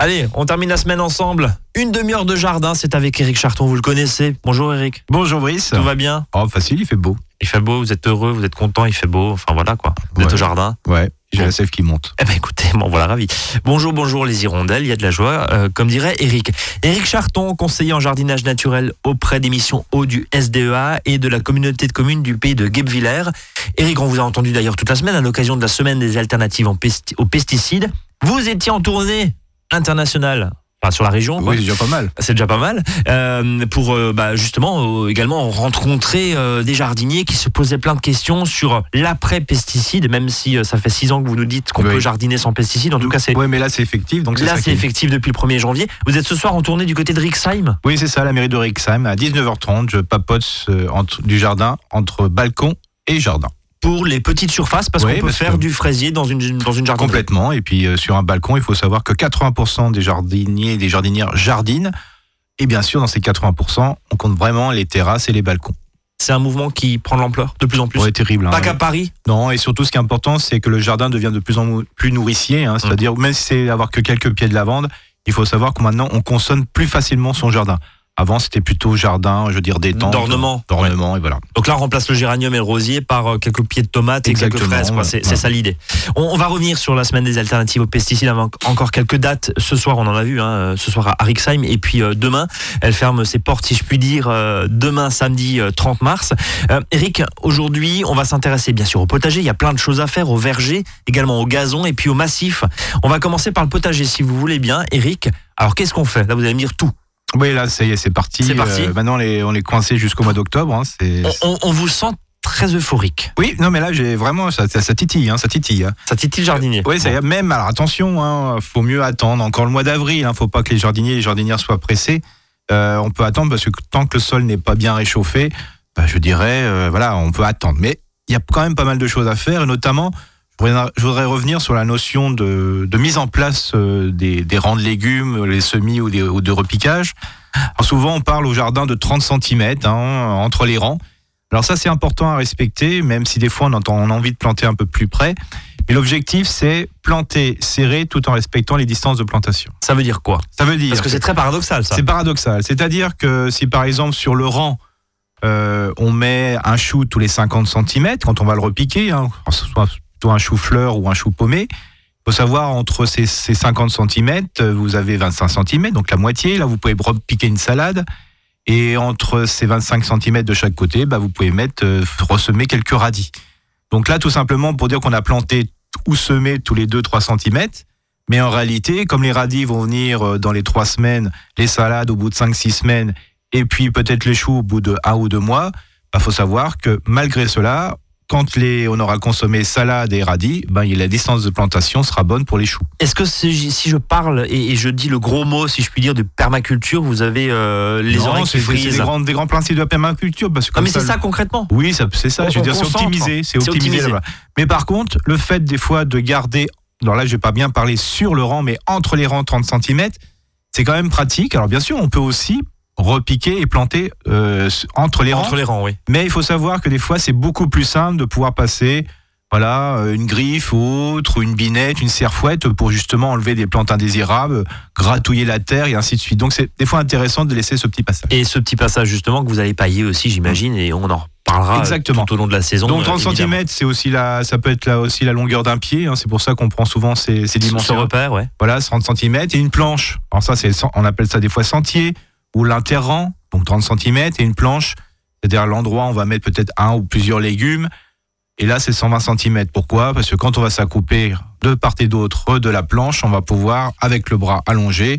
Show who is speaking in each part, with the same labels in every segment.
Speaker 1: Allez, on termine la semaine ensemble. Une demi-heure de jardin, c'est avec Éric Charton, vous le connaissez. Bonjour Éric.
Speaker 2: Bonjour Brice.
Speaker 1: Tout va bien?
Speaker 2: Oh, facile, il fait beau.
Speaker 1: Il fait beau, vous êtes heureux, vous êtes content, il fait beau. Enfin voilà quoi. Vous êtes au jardin?
Speaker 2: Ouais, j'ai
Speaker 1: Bon.
Speaker 2: la sève qui monte.
Speaker 1: Eh ben écoutez, bon voilà, ravi. Bonjour les hirondelles, il y a de la joie, comme dirait Éric. Éric Charton, conseiller en jardinage naturel auprès des missions eau du SDEA et de la communauté de communes du pays de Guebwiller. Éric, on vous a entendu d'ailleurs toute la semaine à l'occasion de la semaine des alternatives aux pesticides. Vous étiez en tournée internationale. Enfin, sur la région, quoi.
Speaker 2: Oui, c'est déjà pas mal.
Speaker 1: C'est déjà pas mal. Pour justement également rencontrer des jardiniers qui se posaient plein de questions sur l'après-pesticide, même si ça fait 6 ans que vous nous dites qu'on peut jardiner sans pesticides. En tout cas,
Speaker 2: Oui, mais là c'est effectif. Donc
Speaker 1: c'est effectif depuis le 1er janvier. Vous êtes ce soir en tournée du côté de Rixheim?
Speaker 2: Oui, c'est ça, la mairie de Rixheim. À 19h30, je papote du jardin entre balcon et jardin.
Speaker 1: Pour les petites surfaces, parce qu'on peut faire du fraisier dans une jardinerie.
Speaker 2: Complètement. Et puis sur un balcon, il faut savoir que 80% des jardiniers et des jardinières jardinent. Et bien sûr, dans ces 80%, on compte vraiment les terrasses et les balcons.
Speaker 1: C'est un mouvement qui prend de l'ampleur de plus en plus.
Speaker 2: Ouais, terrible.
Speaker 1: Pas qu'à Paris.
Speaker 2: Non, et surtout, ce qui est important, c'est que le jardin devient de plus en plus nourricier. C'est-à-dire, même si c'est avoir que quelques pieds de lavande, il faut savoir que maintenant, on consomme plus facilement son jardin. Avant, c'était plutôt jardin, je veux dire détente.
Speaker 1: D'ornement.
Speaker 2: Et voilà.
Speaker 1: Donc là, on remplace le géranium et le rosier par quelques pieds de tomates et quelques fraises. Quoi. C'est ça l'idée. On va revenir sur la semaine des alternatives aux pesticides avec encore quelques dates. Ce soir, on en a vu, ce soir à Rixheim. Et puis demain, elle ferme ses portes, si je puis dire, demain, samedi 30 mars. Éric, aujourd'hui, on va s'intéresser bien sûr au potager. Il y a plein de choses à faire, au verger, également au gazon et puis au massif. On va commencer par le potager, si vous voulez bien. Éric, alors qu'est-ce qu'on fait? Là, vous allez me dire tout.
Speaker 2: Oui, là, ça y est, c'est parti.
Speaker 1: C'est parti.
Speaker 2: Maintenant, on est coincé jusqu'au mois d'octobre.
Speaker 1: On vous sent très euphorique.
Speaker 2: Oui, non, mais là, j'ai vraiment, ça titille, ça titille.
Speaker 1: Ça titille le jardinier.
Speaker 2: Oui, ça y est, même, alors attention, faut mieux attendre encore le mois d'avril. Faut pas que les jardiniers et les jardinières soient pressés. On peut attendre parce que tant que le sol n'est pas bien réchauffé, je dirais, on peut attendre. Mais il y a quand même pas mal de choses à faire, et notamment, je voudrais revenir sur la notion de mise en place des rangs de légumes, les semis ou de repiquage. Alors souvent, on parle au jardin de 30 cm entre les rangs. Alors ça, c'est important à respecter, même si des fois, on a envie de planter un peu plus près. Mais l'objectif, c'est planter serré tout en respectant les distances de plantation.
Speaker 1: Ça veut dire quoi?
Speaker 2: Ça veut dire...
Speaker 1: Parce que c'est très paradoxal, ça.
Speaker 2: C'est paradoxal. C'est-à-dire que si, par exemple, sur le rang, on met un chou tous les 50 cm, quand on va le repiquer, soit un chou-fleur ou un chou paumé, il faut savoir, entre ces 50 cm, vous avez 25 cm, donc la moitié. Là, vous pouvez piquer une salade. Et entre ces 25 cm de chaque côté, vous pouvez ressemer quelques radis. Donc là, tout simplement, pour dire qu'on a planté ou semé tous les 2-3 cm. Mais en réalité, comme les radis vont venir dans les 3 semaines, les salades au bout de 5-6 semaines, et puis peut-être les choux au bout de 1 ou 2 mois, faut savoir que malgré cela, quand on aura consommé salade et radis, la distance de plantation sera bonne pour les choux.
Speaker 1: Est-ce que si je parle et je dis le gros mot, si je puis dire, de permaculture, vous avez les oreilles qui frisent?
Speaker 2: C'est des grands principes de la permaculture. Parce que
Speaker 1: c'est ça concrètement?
Speaker 2: Oui, c'est ça. Je veux dire, c'est optimisé. Là-bas. Mais par contre, le fait des fois de garder, alors là je vais pas bien parler sur le rang, mais entre les rangs 30 cm, c'est quand même pratique. Alors bien sûr, on peut aussi repiquer et planter entre les rangs.
Speaker 1: Entre les rangs, oui.
Speaker 2: Mais il faut savoir que des fois, c'est beaucoup plus simple de pouvoir passer une griffe ou autre, ou une binette, une serfouette pour justement enlever des plantes indésirables, gratouiller la terre et ainsi de suite. Donc c'est des fois intéressant de laisser ce petit passage.
Speaker 1: Et ce petit passage justement que vous allez pailler aussi, j'imagine, et on en reparlera tout au long de la saison.
Speaker 2: Donc 30 cm, c'est aussi ça peut être aussi la longueur d'un pied. C'est pour ça qu'on prend souvent ces dimensions.
Speaker 1: Ce repère, ouais.
Speaker 2: Voilà, 30 cm et une planche. Alors ça, on appelle ça des fois sentier ou l'interrang, donc 30 cm, et une planche, c'est-à-dire l'endroit où on va mettre peut-être un ou plusieurs légumes. Et là, c'est 120 cm. Pourquoi? Parce que quand on va s'accroupir de part et d'autre de la planche, on va pouvoir, avec le bras allongé,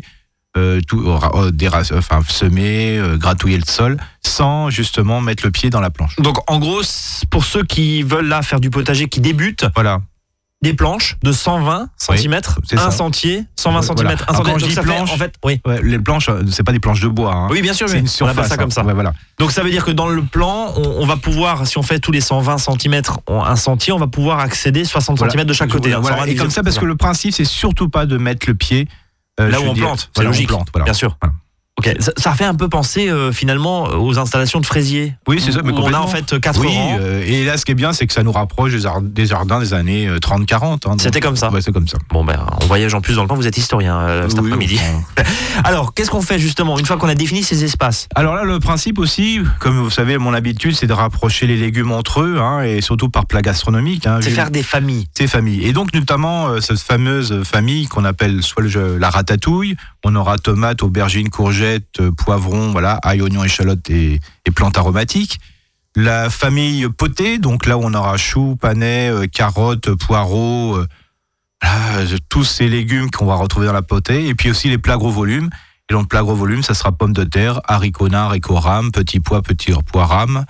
Speaker 2: semer, gratouiller le sol, sans justement mettre le pied dans la planche.
Speaker 1: Donc en gros, pour ceux qui veulent là faire du potager, qui débutent,
Speaker 2: voilà.
Speaker 1: Des planches de 120 cm, un sentier, 120 cm, un sentier.
Speaker 2: Donc ça planche, fait, en fait, les planches, c'est pas des planches de bois.
Speaker 1: Oui, bien sûr,
Speaker 2: c'est une surface,
Speaker 1: on appelle ça comme ça.
Speaker 2: Ouais, voilà.
Speaker 1: Donc ça veut dire que dans le plan, on va pouvoir, si on fait tous les 120 cm un sentier, on va pouvoir accéder 60 cm de chaque côté.
Speaker 2: Voilà. Et comme ça, parce que le principe, c'est surtout pas de mettre le pied
Speaker 1: là où on plante, c'est logique, bien sûr. Voilà. Ok, ça fait un peu penser finalement aux installations de fraisiers.
Speaker 2: Oui, c'est ça, mais
Speaker 1: on a en fait 4 rangs.
Speaker 2: Et là, ce qui est bien, c'est que ça nous rapproche des jardins des années 30-40. Hein,
Speaker 1: C'était comme ça.
Speaker 2: Ouais, c'est comme ça.
Speaker 1: Bon, on voyage en plus dans le temps, vous êtes historien cet après-midi. Alors, qu'est-ce qu'on fait justement une fois qu'on a défini ces espaces?
Speaker 2: Alors là, le principe aussi, comme vous savez, mon habitude, c'est de rapprocher les légumes entre eux, hein, et surtout par plat gastronomique. Hein,
Speaker 1: c'est faire des familles.
Speaker 2: Des familles. Et donc, notamment, cette fameuse famille qu'on appelle soit la ratatouille, on aura tomates, aubergines, courgettes, poivrons, voilà, ail, oignons, échalotes et plantes aromatiques. La famille potée, donc là où on aura choux, panais, carottes, poireaux, tous ces légumes qu'on va retrouver dans la potée. Et puis aussi les plats gros volumes. Et dans le plat gros volume, ça sera pommes de terre, haricots nains, haricots rames, petits pois rames,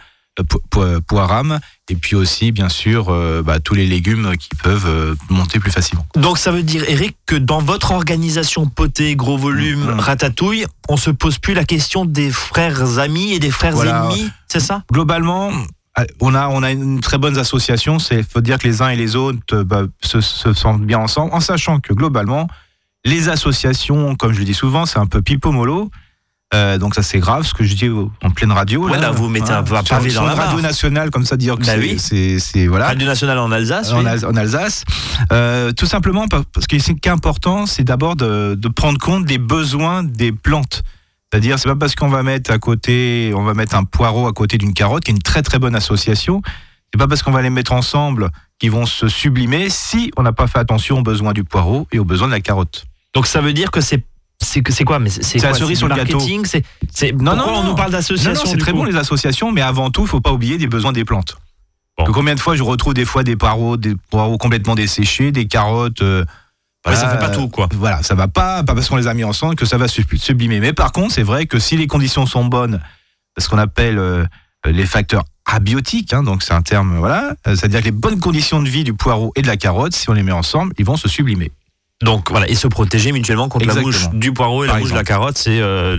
Speaker 2: et puis aussi bien sûr tous les légumes qui peuvent monter plus facilement.
Speaker 1: Donc ça veut dire, Eric, que dans votre organisation potée, gros volume, ratatouille, on se pose plus la question des frères amis et des frères ennemis, c'est ça?
Speaker 2: Globalement, on a une très bonne association. Faut dire que les uns et les autres se sentent bien ensemble, en sachant que globalement les associations, comme je le dis souvent, c'est un peu pipo-mollo. Donc ça c'est grave ce que je dis en pleine radio.
Speaker 1: Ouais, là vous mettez un peu à pavé dans la
Speaker 2: radio nationale comme ça, dire que c'est voilà.
Speaker 1: Radio nationale en Alsace.
Speaker 2: En Alsace. Tout simplement parce que ce qui est important, c'est d'abord de prendre compte des besoins des plantes. C'est-à-dire, c'est pas parce qu'on va mettre un poireau à côté d'une carotte, qui est une très très bonne association. C'est pas parce qu'on va les mettre ensemble qu'ils vont se sublimer si on n'a pas fait attention aux besoins du poireau et aux besoins de la carotte.
Speaker 1: Donc ça veut dire que c'est quoi? Mais c'est
Speaker 2: la cerise sur le gâteau.
Speaker 1: Pourquoi on nous parle d'association?
Speaker 2: Non, c'est très bon les associations, mais avant tout, il ne faut pas oublier des besoins des plantes. Bon. Combien de fois je retrouve des poireaux complètement desséchés, des carottes.
Speaker 1: Ça fait pas tout, quoi.
Speaker 2: Voilà, ça va pas parce qu'on les a mis ensemble que ça va sublimer. Mais par contre, c'est vrai que si les conditions sont bonnes, ce qu'on appelle les facteurs abiotiques, hein, donc c'est un terme, c'est-à-dire que les bonnes conditions de vie du poireau et de la carotte, si on les met ensemble, ils vont se sublimer.
Speaker 1: Donc voilà, et se protéger mutuellement contre la mouche du poireau et la mouche de la carotte, c'est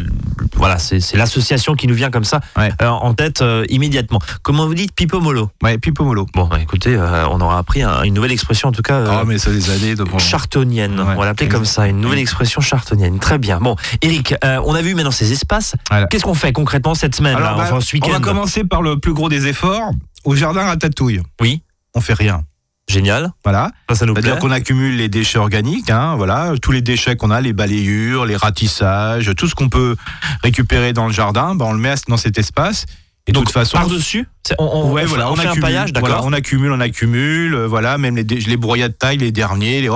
Speaker 1: l'association qui nous vient comme ça en tête immédiatement. Comment vous dites, pipo-mollo?
Speaker 2: Ouais, pipo-mollo.
Speaker 1: Bon, écoutez, on aura appris une nouvelle expression en tout cas.
Speaker 2: Mais ça des années de
Speaker 1: chartonienne. On va l'appeler comme ça, une nouvelle expression chartonienne. Très bien. Bon, Eric, on a vu maintenant ces espaces. Voilà. Qu'est-ce qu'on fait concrètement cette semaine ce week-end?
Speaker 2: On va commencer par le plus gros des efforts, au jardin ratatouille.
Speaker 1: Oui.
Speaker 2: On fait rien.
Speaker 1: Génial.
Speaker 2: Voilà.
Speaker 1: Ça nous plaît.
Speaker 2: C'est-à-dire qu'on accumule les déchets organiques, tous les déchets qu'on a, les balayures, les ratissages, tout ce qu'on peut récupérer dans le jardin, on le met dans cet espace. Et de toute façon,
Speaker 1: par-dessus, on fait un paillage, d'accord.
Speaker 2: Voilà, on accumule, même les broyats de taille, les derniers,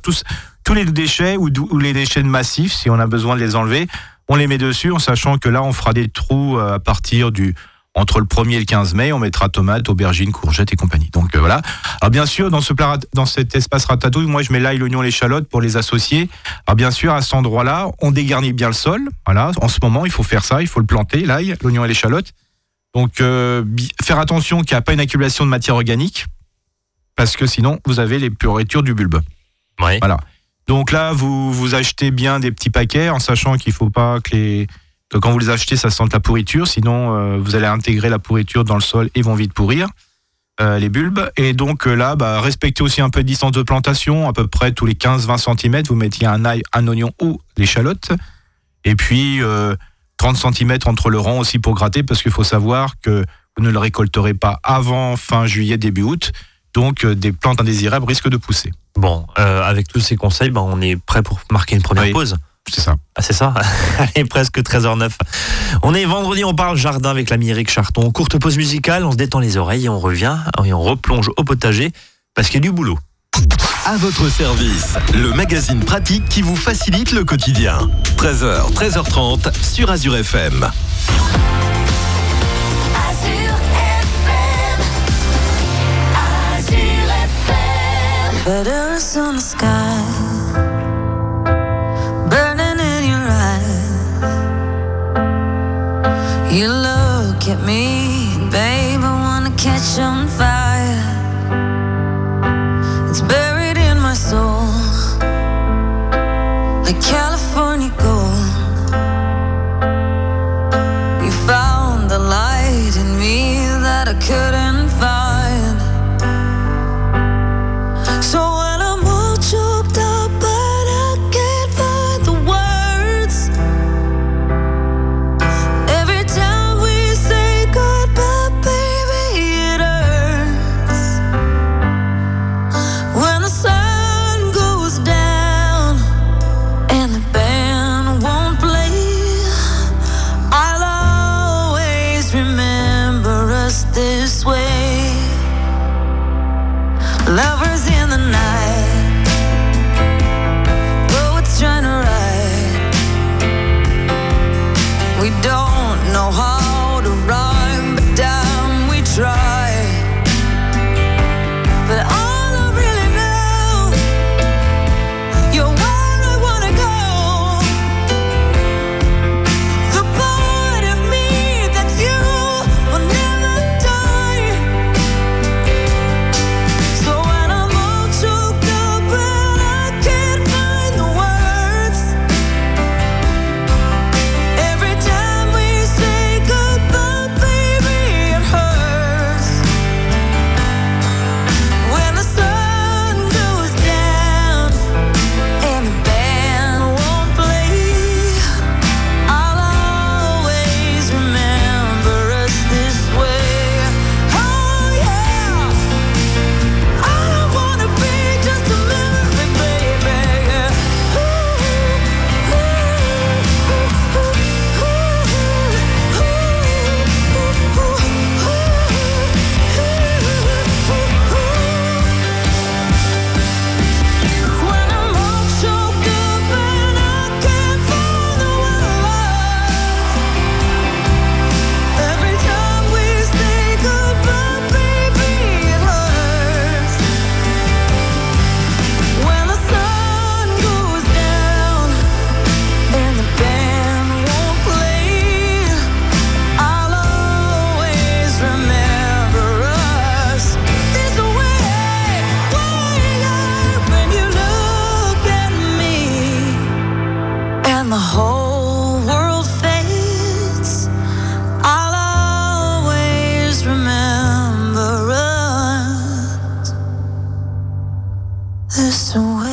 Speaker 2: tous les déchets ou les déchets de massif, si on a besoin de les enlever, on les met dessus, en sachant que là, on fera des trous à partir entre le 1er et le 15 mai, on mettra tomates, aubergines, courgettes et compagnie. Donc voilà. Alors bien sûr, dans cet espace ratatouille, moi je mets l'ail, l'oignon, l'échalote pour les associer. Alors bien sûr, à cet endroit-là, on dégarnit bien le sol. Voilà. En ce moment, il faut faire ça, il faut le planter, l'ail, l'oignon et l'échalote. Donc faire attention qu'il n'y a pas une accumulation de matière organique, parce que sinon, vous avez les pourritures du bulbe.
Speaker 1: Ouais.
Speaker 2: Voilà. Donc là, vous achetez bien des petits paquets, en sachant qu'il ne faut pas que quand vous les achetez, ça sente la pourriture. Sinon, vous allez intégrer la pourriture dans le sol et vont vite pourrir les bulbes. Et donc là, respectez aussi un peu de distance de plantation. À peu près tous les 15-20 cm, vous mettiez un ail, un oignon ou l'échalote. Et puis 30 cm entre le rang aussi pour gratter, parce qu'il faut savoir que vous ne le récolterez pas avant fin juillet, début août. Donc des plantes indésirables risquent de pousser.
Speaker 1: Bon, avec tous ces conseils, on est prêt pour marquer une première pause.
Speaker 2: C'est ça.
Speaker 1: Ah, c'est ça. Allez, presque 13h09. On est vendredi, on parle jardin avec l'ami Eric Charton. Courte pause musicale, on se détend les oreilles et on revient et on replonge au potager parce qu'il y a du boulot.
Speaker 3: À votre service, le magazine pratique qui vous facilite le quotidien. 13h, 13h30 sur Azure FM.
Speaker 4: Better on the sky, burning in your eyes. You look at me, babe, I wanna catch on fire. It's buried in my soul, like California gold. You found the light in me that I couldn't find. So when I'm all choked up but I can't find the words, when the whole world fades, I'll always remember us this way.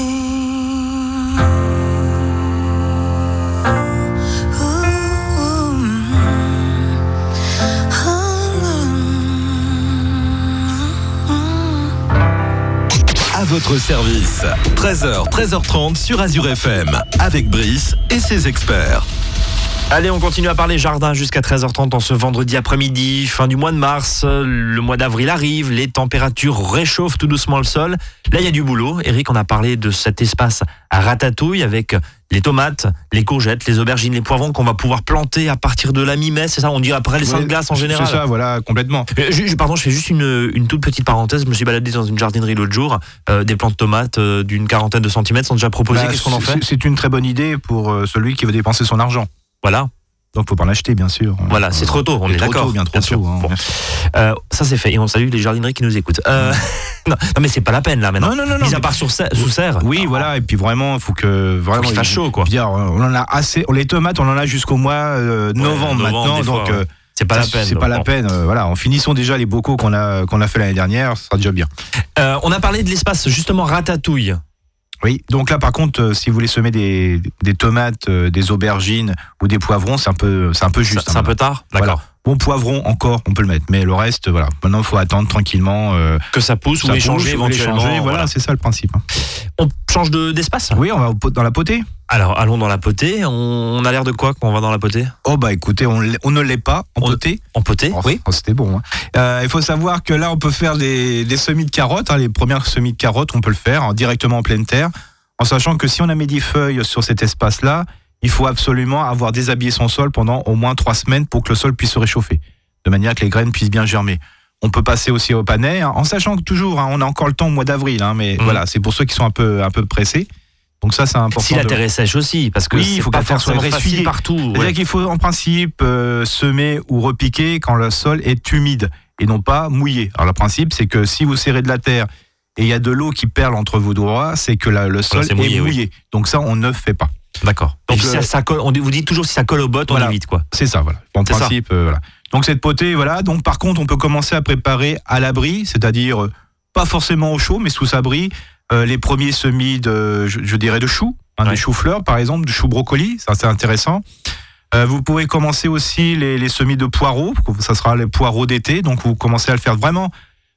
Speaker 3: À votre service, 13h, 13h30 sur Azure FM, avec Brice et ses experts.
Speaker 1: Allez, on continue à parler jardin jusqu'à 13h30 en ce vendredi après-midi, fin du mois de mars. Le mois d'avril arrive, les températures réchauffent tout doucement le sol. Là, il y a du boulot. Eric, on a parlé de cet espace à ratatouille avec les tomates, les courgettes, les aubergines, les poivrons qu'on va pouvoir planter à partir de la mi-mai, c'est ça? On dit après les seins de glace en général.
Speaker 2: C'est ça, voilà, complètement.
Speaker 1: Pardon, je fais juste une toute petite parenthèse. Je me suis baladé dans une jardinerie l'autre jour. Des plants de tomates d'une quarantaine de centimètres sont déjà proposés. Qu'est-ce qu'on en fait?
Speaker 2: C'est une très bonne idée pour celui qui veut dépenser son argent.
Speaker 1: Voilà.
Speaker 2: Donc faut pas en acheter, bien sûr.
Speaker 1: Voilà, c'est trop tôt, on est d'accord.
Speaker 2: Bien trop tôt. Hein.
Speaker 1: Bon. Ça c'est fait, et on salue les jardineries qui nous écoutent. Non, mais c'est pas la peine là maintenant.
Speaker 2: Non.
Speaker 1: Mis à part sous serre.
Speaker 2: Oui, voilà, et puis vraiment, il faut que vraiment
Speaker 1: il fasse chaud, quoi.
Speaker 2: Dire, on en a assez. Les tomates, on en a jusqu'au mois novembre maintenant, donc
Speaker 1: c'est pas la peine.
Speaker 2: C'est pas la peine. Voilà, en finissant déjà les bocaux qu'on a fait l'année dernière, ça sera déjà bien.
Speaker 1: On a parlé de l'espace justement ratatouille.
Speaker 2: Oui, donc là par contre, si vous voulez semer des tomates, des aubergines ou des poivrons, c'est un peu juste.
Speaker 1: C'est un peu tard, d'accord.
Speaker 2: Voilà. Bon, poivron encore, on peut le mettre, mais le reste, voilà. Maintenant, il faut attendre tranquillement
Speaker 1: que ça pousse ou échanger éventuellement.
Speaker 2: Voilà, c'est ça le principe.
Speaker 1: On change d'espace.
Speaker 2: Oui, on va dans la potée.
Speaker 1: Alors, allons dans la potée. On a l'air de quoi quand on va dans la potée?
Speaker 2: Oh bah écoutez, on ne l'est pas en potée.
Speaker 1: En potée?
Speaker 2: Oui, c'était bon. Hein. Il faut savoir que là, on peut faire des semis de carottes. Les premières semis de carottes, on peut le faire directement en pleine terre, en sachant que si on a mis des feuilles sur cet espace-là, il faut absolument avoir déshabillé son sol pendant au moins 3 semaines pour que le sol puisse se réchauffer, de manière que les graines puissent bien germer. On peut passer aussi au panais, en sachant que toujours, on a encore le temps au mois d'avril, mais voilà, c'est pour ceux qui sont un peu pressés. Donc ça, c'est important.
Speaker 1: Si la terre est sèche aussi, parce que
Speaker 2: il faut pas forcément
Speaker 1: facile partout.
Speaker 2: C'est-à-dire qu'il faut en principe semer ou repiquer quand le sol est humide et non pas mouillé. Alors le principe, c'est que si vous serrez de la terre et il y a de l'eau qui perle entre vos doigts, c'est que le sol est mouillé. Oui. Donc ça, on ne fait pas.
Speaker 1: D'accord. Donc si ça colle, vous dites toujours si ça colle aux bottes, on évite quoi.
Speaker 2: C'est ça, voilà. En principe, voilà. Donc cette potée, voilà. Donc par contre, on peut commencer à préparer à l'abri, c'est-à-dire pas forcément au chaud, mais sous abri, les premiers semis de, je dirais, de choux, des choux-fleurs par exemple, du chou brocoli, ça c'est intéressant. Vous pouvez commencer aussi les semis de poireaux, ça sera les poireaux d'été. Donc vous commencez à le faire vraiment.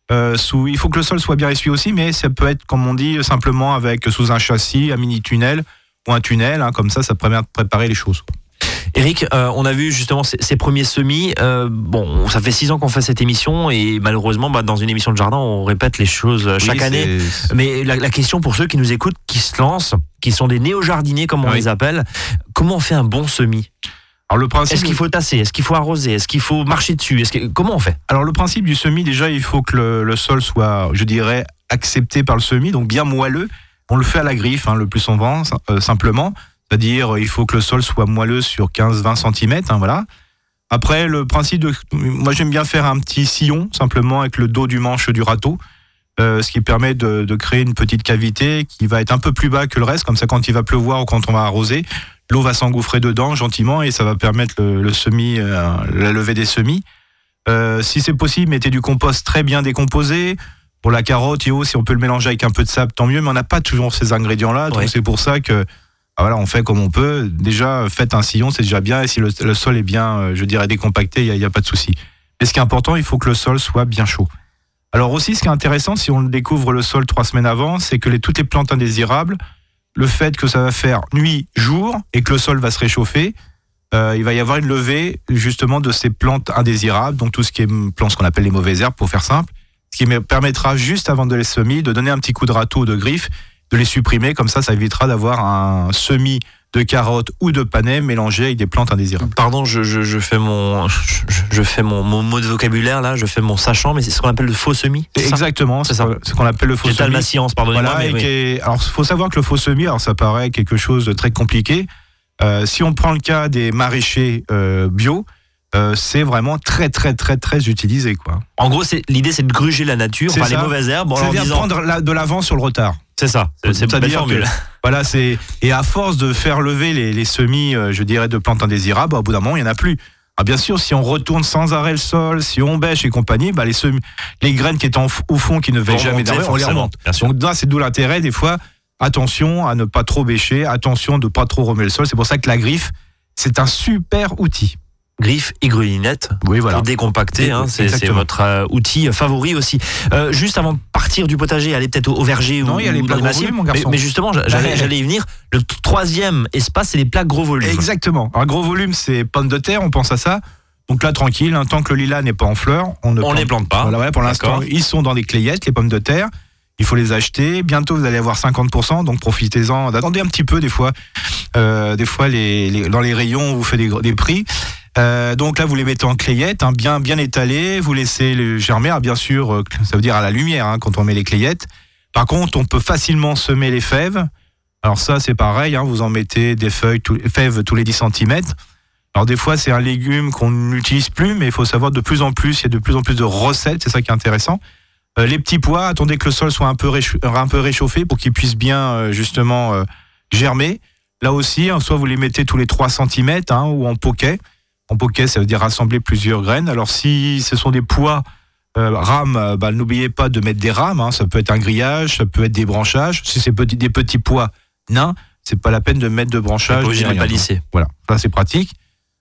Speaker 2: Il faut que le sol soit bien essuyé aussi, mais ça peut être, comme on dit, simplement sous un châssis, un mini-tunnel ou un tunnel, comme ça permet de préparer les choses.
Speaker 1: Eric, on a vu justement ces premiers semis. Ça fait 6 ans qu'on fait cette émission et malheureusement, dans une émission de jardin, on répète les choses chaque année. Mais la question pour ceux qui nous écoutent, qui se lancent, qui sont des néo-jardiniers comme on les appelle, comment on fait un bon semis? Alors le principe, est-ce qu'il faut tasser? Est-ce qu'il faut arroser? Est-ce qu'il faut marcher dessus? Comment on fait? Alors le principe du semis, déjà, il faut que le sol soit, je dirais, accepté par le semis, donc bien moelleux. On le fait à la griffe, le plus souvent, simplement. C'est-à-dire, il faut que le sol soit moelleux sur 15-20 cm, voilà. Après, le principe moi j'aime bien faire un petit sillon, simplement avec le dos du manche du râteau, ce qui permet de créer une petite cavité qui va être un peu plus bas que le reste, comme ça quand il va pleuvoir ou quand on va arroser, l'eau va s'engouffrer dedans gentiment et ça va permettre le semis, la levée des semis. Si c'est possible, mettez du compost très bien décomposé. Pour la carotte, si on peut le mélanger avec un peu de sable, tant mieux, mais on n'a pas toujours ces ingrédients-là, donc c'est pour ça que on fait comme on peut. Déjà, faites un sillon, c'est déjà bien, et si le sol est bien, je dirais, décompacté, il n'y a pas de souci. Mais ce qui est important, il faut que le sol soit bien chaud. Alors aussi, ce qui est intéressant, si on découvre le sol 3 semaines avant, c'est que toutes les plantes indésirables, le fait que ça va faire nuit, jour, et que le sol va se réchauffer, il va y avoir une levée justement de ces plantes indésirables, donc tout ce qui est plantes, ce qu'on appelle les mauvaises herbes, pour faire simple, ce qui permettra juste avant de les semer, de donner un petit coup de râteau ou de griffe, de les supprimer, comme ça évitera d'avoir un semis de carottes ou de panais mélangés avec des plantes indésirables. Pardon, je fais mon mot de vocabulaire là, je fais mon sachant, mais c'est ce qu'on appelle le faux semis.
Speaker 2: Exactement, c'est ça. Ce qu'on appelle le faux semis.
Speaker 1: Ma science, pardonnez-moi.
Speaker 2: Voilà, alors, il faut savoir que le faux semis, alors ça paraît quelque chose de très compliqué. Si on prend le cas des maraîchers bio, c'est vraiment très très très très utilisé, quoi.
Speaker 1: En gros, l'idée c'est de gruger la nature, les mauvaises herbes,
Speaker 2: c'est-à-dire prendre de l'avance sur le retard.
Speaker 1: C'est ça. C'est une belle formule.
Speaker 2: Voilà, et à force de faire lever les semis, je dirais, de plantes indésirables, au bout d'un moment, il n'y en a plus. Alors bien sûr, si on retourne sans arrêt le sol, si on bêche et compagnie, les graines qui étaient au fond, qui ne venaient jamais d'arrière, on les remonte. Donc là, c'est d'où l'intérêt, des fois, attention à ne pas trop bêcher, attention de ne pas trop remuer le sol. C'est pour ça que la griffe, c'est un super outil.
Speaker 1: Griffe et grelinette,
Speaker 2: oui, voilà.
Speaker 1: Pour décompacter, c'est votre outil favori aussi. Juste avant de partir du potager, aller peut-être au verger
Speaker 2: non,
Speaker 1: ou
Speaker 2: il y a les plats gros volumes, mon garçon.
Speaker 1: Mais justement, j'allais y venir. Le troisième espace, c'est les plats gros volumes.
Speaker 2: Exactement. Un gros volume, c'est pommes de terre, on pense à ça. Donc là, tranquille, tant que le lilas n'est pas en fleurs, on ne les plante pas. Voilà, pour l'instant, ils sont dans des clayettes, les pommes de terre. Il faut les acheter. Bientôt, vous allez avoir 50%, donc profitez-en. Attendez un petit peu, des fois. Dans les rayons, on vous fait des prix. Donc là, vous les mettez en clayettes, bien étalées. Vous laissez les germer. Bien sûr, ça veut dire à la lumière quand on met les clayettes. Par contre, on peut facilement semer les fèves. Alors ça, c'est pareil. Vous en mettez des fèves tous les 10 cm. Alors des fois, c'est un légume qu'on n'utilise plus, mais il faut savoir de plus en plus, il y a de plus en plus de recettes. C'est ça qui est intéressant. Les petits pois, attendez que le sol soit un peu réchauffé pour qu'ils puissent bien justement germer. Là aussi, soit vous les mettez tous les 3 cm ou en poquet. En poquet, ça veut dire rassembler plusieurs graines. Alors si ce sont des pois rames, n'oubliez pas de mettre des rames. Ça peut être un grillage, ça peut être des branchages. Si c'est des petits pois nains, c'est pas la peine de mettre de branchage.
Speaker 1: Pas obligé de palisser.
Speaker 2: Voilà, ça c'est pratique.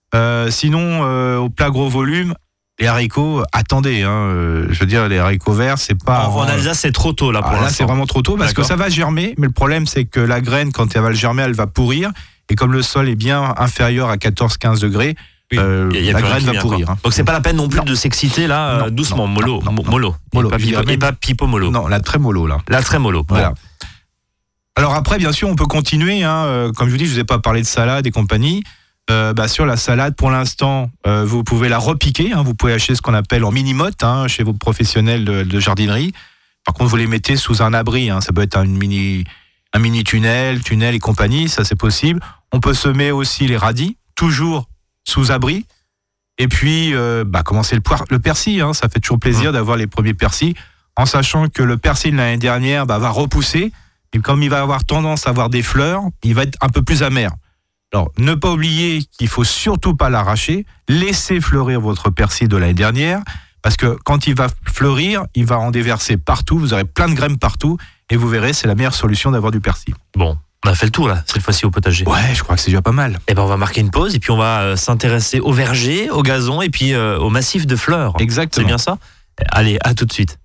Speaker 2: Sinon, au plat gros volume, les haricots, attendez, je veux dire, les haricots verts, c'est pas...
Speaker 1: En Alsace, c'est trop tôt, là, pour l'instant.
Speaker 2: Là, c'est vraiment trop tôt, parce que ça va germer, mais le problème, c'est que la graine, quand elle va le germer, elle va pourrir, et comme le sol est bien inférieur à 14-15 degrés, la graine va pourrir.
Speaker 1: Donc, c'est pas la peine non plus de s'exciter, là, doucement, mollo. Et pas pipo mollo.
Speaker 2: Non, la très mollo, là.
Speaker 1: La très mollo.
Speaker 2: Voilà. Alors après, bien sûr, on peut continuer, comme je vous dis, je vous ai pas parlé de salade et compagnie. Sur la salade, pour l'instant, vous pouvez la repiquer. Vous pouvez acheter ce qu'on appelle en mini-motte chez vos professionnels de jardinerie. Par contre, vous les mettez sous un abri. Ça peut être un mini tunnel et compagnie. Ça, c'est possible. On peut semer aussi les radis, toujours sous abri. Et puis, commencer le persil. Ça fait toujours plaisir d'avoir les premiers persils, en sachant que le persil de l'année dernière va repousser. Et comme il va avoir tendance à avoir des fleurs, il va être un peu plus amer. Alors, ne pas oublier qu'il faut surtout pas l'arracher. Laissez fleurir votre persil de l'année dernière, parce que quand il va fleurir, il va en déverser partout. Vous aurez plein de graines partout, et vous verrez, c'est la meilleure solution d'avoir du persil.
Speaker 1: Bon, on a fait le tour là, cette fois-ci au potager.
Speaker 2: Ouais, je crois que c'est déjà pas mal.
Speaker 1: On va marquer une pause, et puis on va s'intéresser au verger, au gazon, et puis au massif de fleurs.
Speaker 2: Exactement.
Speaker 1: C'est bien ça ? Allez, à tout de suite.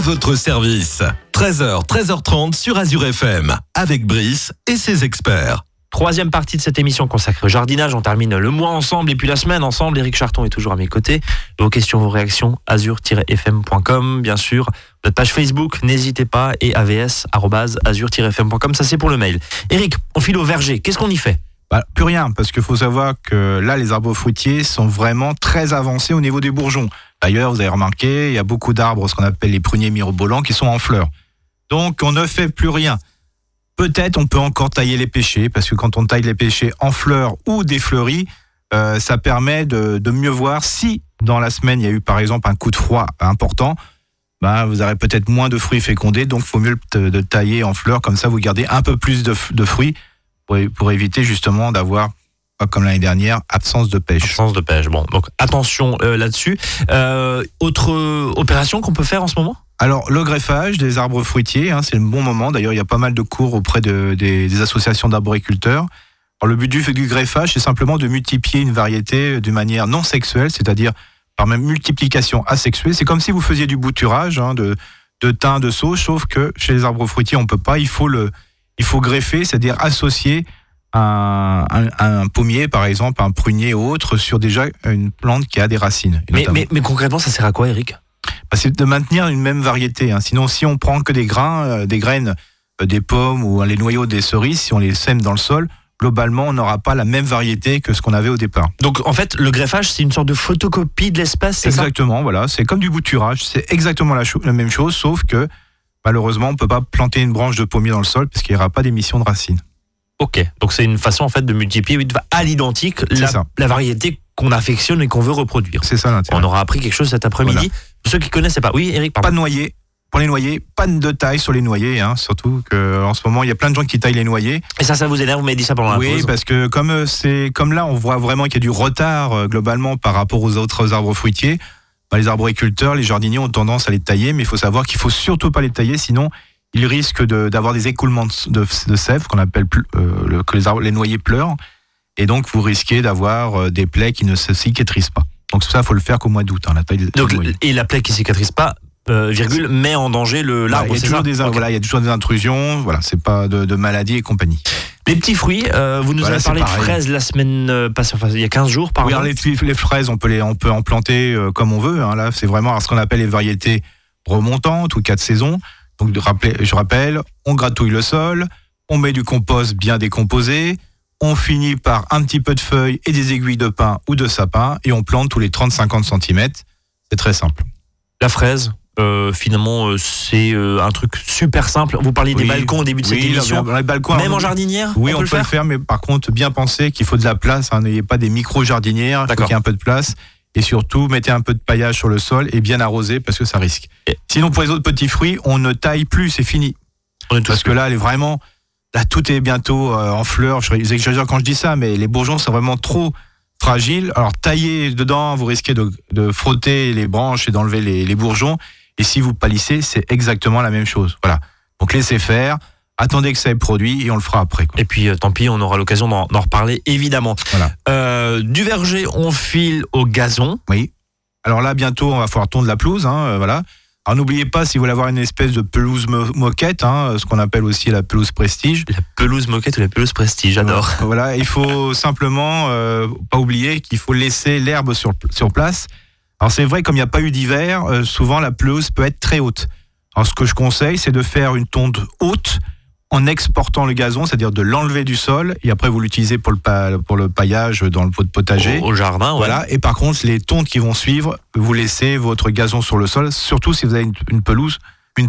Speaker 3: votre service. 13h, 13h30 sur Azure FM, avec Brice et ses experts.
Speaker 1: Troisième partie de cette émission consacrée au jardinage. On termine le mois ensemble et puis la semaine ensemble. Éric Charton est toujours à mes côtés. Vos questions, vos réactions, azure-fm.com, bien sûr. Notre page Facebook, n'hésitez pas, et avs@azure-fm.com. Ça, c'est pour le mail. Éric, on file au verger. Qu'est-ce qu'on y fait ?
Speaker 2: Plus rien, parce qu'il faut savoir que là, les arbres fruitiers sont vraiment très avancés au niveau des bourgeons. D'ailleurs, vous avez remarqué, il y a beaucoup d'arbres, ce qu'on appelle les pruniers mirobolants, qui sont en fleurs. Donc, on ne fait plus rien. Peut-être on peut encore tailler les pêchers, parce que quand on taille les pêchers en fleurs ou défleuris, ça permet de mieux voir si dans la semaine il y a eu par exemple un coup de froid important, vous aurez peut-être moins de fruits fécondés, donc il faut mieux de tailler en fleurs, comme ça vous gardez un peu plus de fruits pour éviter justement d'avoir, comme l'année dernière, absence de pêche.
Speaker 1: Absence de pêche, bon, donc attention là-dessus. Autre opération qu'on peut faire en ce moment ?
Speaker 2: Alors, le greffage des arbres fruitiers, c'est le bon moment. D'ailleurs, il y a pas mal de cours auprès des associations d'arboriculteurs. Alors, le but du greffage, c'est simplement de multiplier une variété d'une manière non sexuelle, c'est-à-dire par même multiplication asexuée. C'est comme si vous faisiez du bouturage de thym, de sauge, sauf que chez les arbres fruitiers, on ne peut pas. Il faut greffer, c'est-à-dire associer un pommier, par exemple, un prunier ou autre, sur déjà une plante qui a des racines.
Speaker 1: Mais concrètement, ça sert à quoi, Éric ?
Speaker 2: C'est de maintenir une même variété. Sinon, si on prend que des graines des pommes ou les noyaux des cerises, si on les sème dans le sol, globalement, on n'aura pas la même variété que ce qu'on avait au départ.
Speaker 1: Donc, en fait, le greffage, c'est une sorte de photocopie de l'espèce, c'est ça ?
Speaker 2: Exactement, voilà. C'est comme du bouturage. C'est exactement la même chose, sauf que, malheureusement, on ne peut pas planter une branche de pommier dans le sol parce qu'il n'y aura pas d'émission de racines.
Speaker 1: Ok, donc c'est une façon, en fait, de multiplier à l'identique la variété qu'on affectionne et qu'on veut reproduire.
Speaker 2: C'est ça l'intérêt.
Speaker 1: On aura appris quelque chose cet après-midi. Voilà. Pour ceux qui ne connaissaient pas. Oui, Éric, pardon.
Speaker 2: Pas de noyer. Pour les noyers, pas de taille sur les noyers, surtout qu'en ce moment, il y a plein de gens qui taillent les noyers.
Speaker 1: Et ça vous énerve, vous m'avez dit ça pendant la pause.
Speaker 2: Oui, parce que comme là, on voit vraiment qu'il y a du retard globalement par rapport aux autres arbres fruitiers. Les arboriculteurs, les jardiniers ont tendance à les tailler, mais il faut savoir qu'il ne faut surtout pas les tailler, sinon ils risquent d'avoir des écoulements de sève, qu'on appelle que les noyers pleurent, et donc vous risquez d'avoir des plaies qui ne se cicatrisent pas. Donc ça, il faut le faire qu'au mois d'août, la taille des noyers.
Speaker 1: Et la plaie qui ne cicatrise pas, met en danger l'arbre, c'est ça ?
Speaker 2: Il y a toujours des intrusions, c'est pas de maladies et compagnie.
Speaker 1: Les petits fruits, vous nous avez parlé de fraises la semaine passée, il y a 15 jours, par exemple.
Speaker 2: Les fraises, on peut en planter comme on veut. Là, c'est vraiment ce qu'on appelle les variétés remontantes ou 4 saisons. Donc, je rappelle, on gratouille le sol, on met du compost bien décomposé, on finit par un petit peu de feuilles et des aiguilles de pin ou de sapin et on plante tous les 30-50 cm. C'est très simple.
Speaker 1: La fraise, finalement, c'est un truc super simple. Vous parliez des balcons au début de cette émission.
Speaker 2: Les balcons,
Speaker 1: même en jardinière,
Speaker 2: oui, on peut le faire, mais par contre, bien penser qu'il faut de la place. N'ayez pas des micro-jardinières, il faut qu'il y ait un peu de place. Et surtout, mettez un peu de paillage sur le sol et bien arroser parce que ça risque. Sinon, pour les autres petits fruits, on ne taille plus, c'est fini. Parce que là, tout est bientôt en fleurs. J'exagère quand je dis ça, mais les bourgeons sont vraiment trop fragiles. Alors, tailler dedans, vous risquez de frotter les branches et d'enlever les bourgeons. Et si vous palissez, c'est exactement la même chose. Voilà. Donc, laissez faire. Attendez que ça ait produit et on le fera après.
Speaker 1: Et puis, tant pis, on aura l'occasion d'en reparler, évidemment.
Speaker 2: Voilà.
Speaker 1: Du verger, on file au gazon.
Speaker 2: Oui. Alors là, bientôt, on va falloir tondre la pelouse. Voilà. Alors, n'oubliez pas, si vous voulez avoir une espèce de pelouse moquette, ce qu'on appelle aussi la pelouse prestige.
Speaker 1: La pelouse moquette ou la pelouse prestige, j'adore.
Speaker 2: Voilà, il faut simplement pas oublier qu'il faut laisser l'herbe sur place. Alors, c'est vrai, comme il n'y a pas eu d'hiver, souvent la pelouse peut être très haute. Alors, ce que je conseille, c'est de faire une tonde haute en exportant le gazon, c'est-à-dire de l'enlever du sol, et après vous l'utilisez pour le paillage dans le pot de potager.
Speaker 1: Au jardin, ouais.
Speaker 2: Voilà. Et par contre, les tondes qui vont suivre, vous laissez votre gazon sur le sol, surtout si vous avez une pelouse, une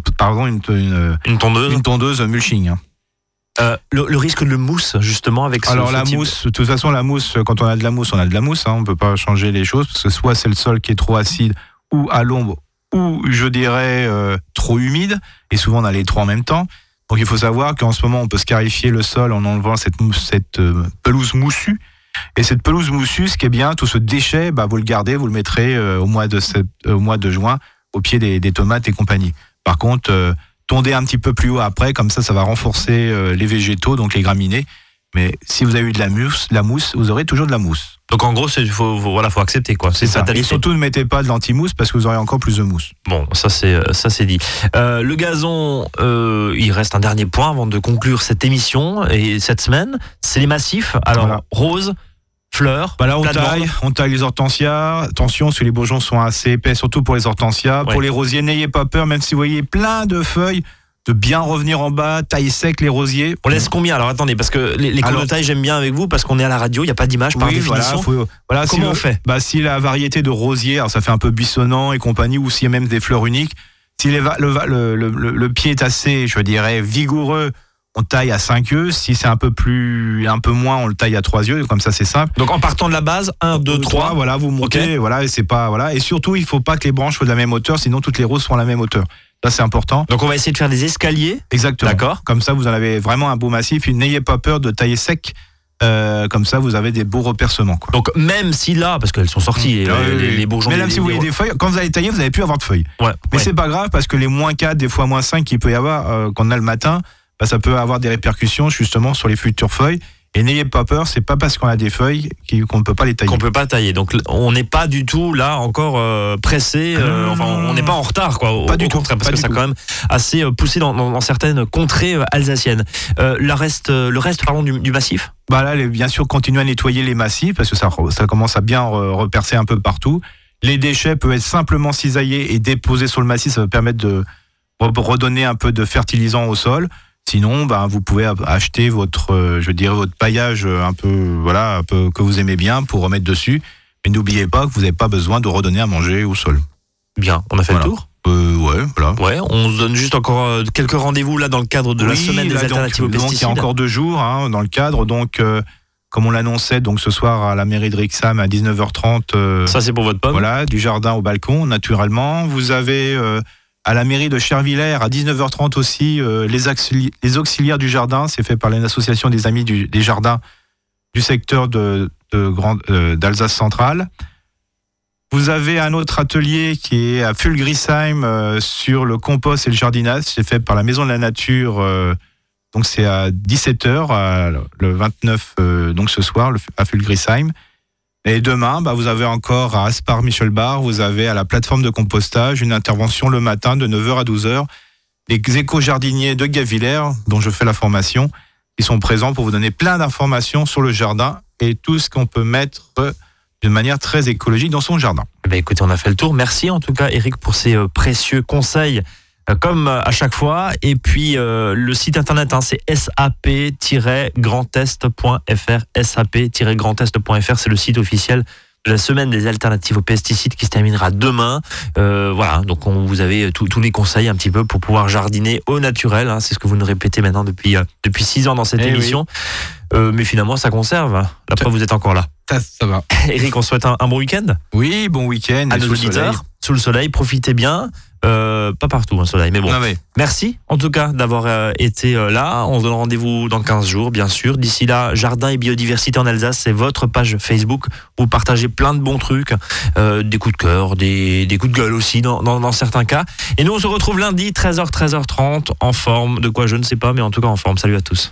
Speaker 2: tondeuse. Une tondeuse mulching.
Speaker 1: Le risque de mousse, justement, avec
Speaker 2: Alors la mousse, de toute façon, la mousse, quand on a de la mousse, on a de la mousse. On ne peut pas changer les choses, parce que soit c'est le sol qui est trop acide, ou à l'ombre, ou je dirais trop humide, et souvent on a les trois en même temps. Donc il faut savoir qu'en ce moment, on peut scarifier le sol en enlevant cette pelouse moussue. Et cette pelouse moussue, ce qui est bien, tout ce déchet, vous le gardez, vous le mettrez au mois de juin au pied des tomates et compagnie. Par contre, tondez un petit peu plus haut après, comme ça va renforcer les végétaux, donc les graminées. Mais si vous avez eu de la mousse, vous aurez toujours de la mousse.
Speaker 1: Donc en gros, faut accepter quoi.
Speaker 2: C'est ça. Et surtout ne mettez pas de l'anti-mousse parce que vous aurez encore plus de mousse.
Speaker 1: Bon, ça c'est dit. Le gazon, il reste un dernier point avant de conclure cette émission et cette semaine. C'est les massifs. Alors rose, fleurs.
Speaker 2: Là on taille les hortensias. Attention, parce que les bourgeons sont assez épais, surtout pour les hortensias. Ouais. Pour les rosiers, n'ayez pas peur, même si vous voyez plein de feuilles, de bien revenir en bas, taille sec les rosiers.
Speaker 1: On laisse combien? Alors attendez, parce que les cours de taille, j'aime bien avec vous, parce qu'on est à la radio, il n'y a pas d'image par définition.
Speaker 2: Comment
Speaker 1: on fait?
Speaker 2: Si la variété de rosiers, alors ça fait un peu buissonnant et compagnie, ou s'il y a même des fleurs uniques, si le pied est assez, je dirais, vigoureux, on taille à 5 yeux. Si c'est un peu moins, on le taille à 3 yeux, comme ça c'est simple.
Speaker 1: Donc en partant de la base, 1, 2, 3.
Speaker 2: Voilà, vous montez, et c'est pas, et surtout, il faut pas que les branches soient de la même hauteur, sinon toutes les roses sont à la même hauteur. Ça, c'est important.
Speaker 1: Donc, on va essayer de faire des escaliers.
Speaker 2: Exactement.
Speaker 1: D'accord.
Speaker 2: Comme ça, vous en avez vraiment un beau massif. N'ayez pas peur de tailler sec. Comme ça, vous avez des beaux repercements. Quoi.
Speaker 1: Donc, même si là, parce qu'elles sont sorties, les bourgeons.
Speaker 2: Mais même si vous voyez des feuilles, quand vous allez tailler, vous n'allez plus avoir de feuilles. Mais c'est pas grave parce que les -4, des fois -5 qu'il peut y avoir, qu'on a le matin, ça peut avoir des répercussions justement sur les futures feuilles. Et n'ayez pas peur, c'est pas parce qu'on a des feuilles qu'on ne peut pas les tailler.
Speaker 1: Qu'on peut pas tailler. Donc on n'est pas du tout là encore pressé. On n'est pas en retard, quoi.
Speaker 2: Pas du tout.
Speaker 1: Contraire, parce que ça a quand même assez poussé dans certaines contrées alsaciennes. Le reste, parlons du massif.
Speaker 2: Là, bien sûr, continuez à nettoyer les massifs parce que ça commence à bien repercer un peu partout. Les déchets peuvent être simplement cisaillés et déposés sur le massif. Ça va permettre de redonner un peu de fertilisant au sol. Sinon, vous pouvez acheter votre paillage un peu que vous aimez bien pour remettre dessus. Mais n'oubliez pas que vous n'avez pas besoin de redonner à manger au sol.
Speaker 1: Bien, on a fait le tour.
Speaker 2: Ouais,
Speaker 1: on se donne juste encore quelques rendez-vous là dans le cadre de la semaine des alternatives aux pesticides.
Speaker 2: Il y a encore 2 jours dans le cadre. Donc, comme on l'annonçait, donc ce soir à la mairie de Rixheim à 19h30.
Speaker 1: Ça, c'est pour votre pomme.
Speaker 2: Voilà, du jardin au balcon, naturellement. Vous avez à la mairie de Chervillers à 19h30 aussi les auxiliaires du jardin. C'est fait par l'association des amis des jardins du secteur d'Alsace centrale. Vous avez un autre atelier qui est à Fulgrisheim sur le compost et le jardinage. C'est fait par la Maison de la Nature. Donc c'est à 17h, le 29, donc ce soir, à Fulgrisheim. Et demain, vous avez encore à Aspar-Michelbar, vous avez à la plateforme de compostage une intervention le matin de 9h à 12h. Les éco-jardiniers de Gavillers, dont je fais la formation, ils sont présents pour vous donner plein d'informations sur le jardin et tout ce qu'on peut mettre d'une manière très écologique dans son jardin.
Speaker 1: Écoutez, on a fait le tour. Merci en tout cas, Eric, pour ces précieux conseils, comme à chaque fois. Et puis, le site internet, c'est sap-grandest.fr. sap-grandest.fr, c'est le site officiel de la semaine des alternatives aux pesticides qui se terminera demain. Donc vous avez tous les conseils un petit peu pour pouvoir jardiner au naturel. C'est ce que vous nous répétez maintenant depuis 6 ans dans cette émission. Mais finalement, ça conserve. La preuve, vous êtes encore là.
Speaker 2: Ça va.
Speaker 1: Eric, on souhaite un bon week-end.
Speaker 2: Oui, bon week-end.
Speaker 1: À nos auditeurs, sous le soleil, profitez bien. Pas partout, le soleil, mais bon. Merci, en tout cas, d'avoir été là. On se donne rendez-vous dans 15 jours, bien sûr. D'ici là, Jardin et Biodiversité en Alsace, c'est votre page Facebook où vous partagez plein de bons trucs, des coups de cœur, des coups de gueule aussi, dans certains cas. Et nous, on se retrouve lundi, 13h, 13h30, en forme. De quoi, je ne sais pas, mais en tout cas, en forme. Salut à tous.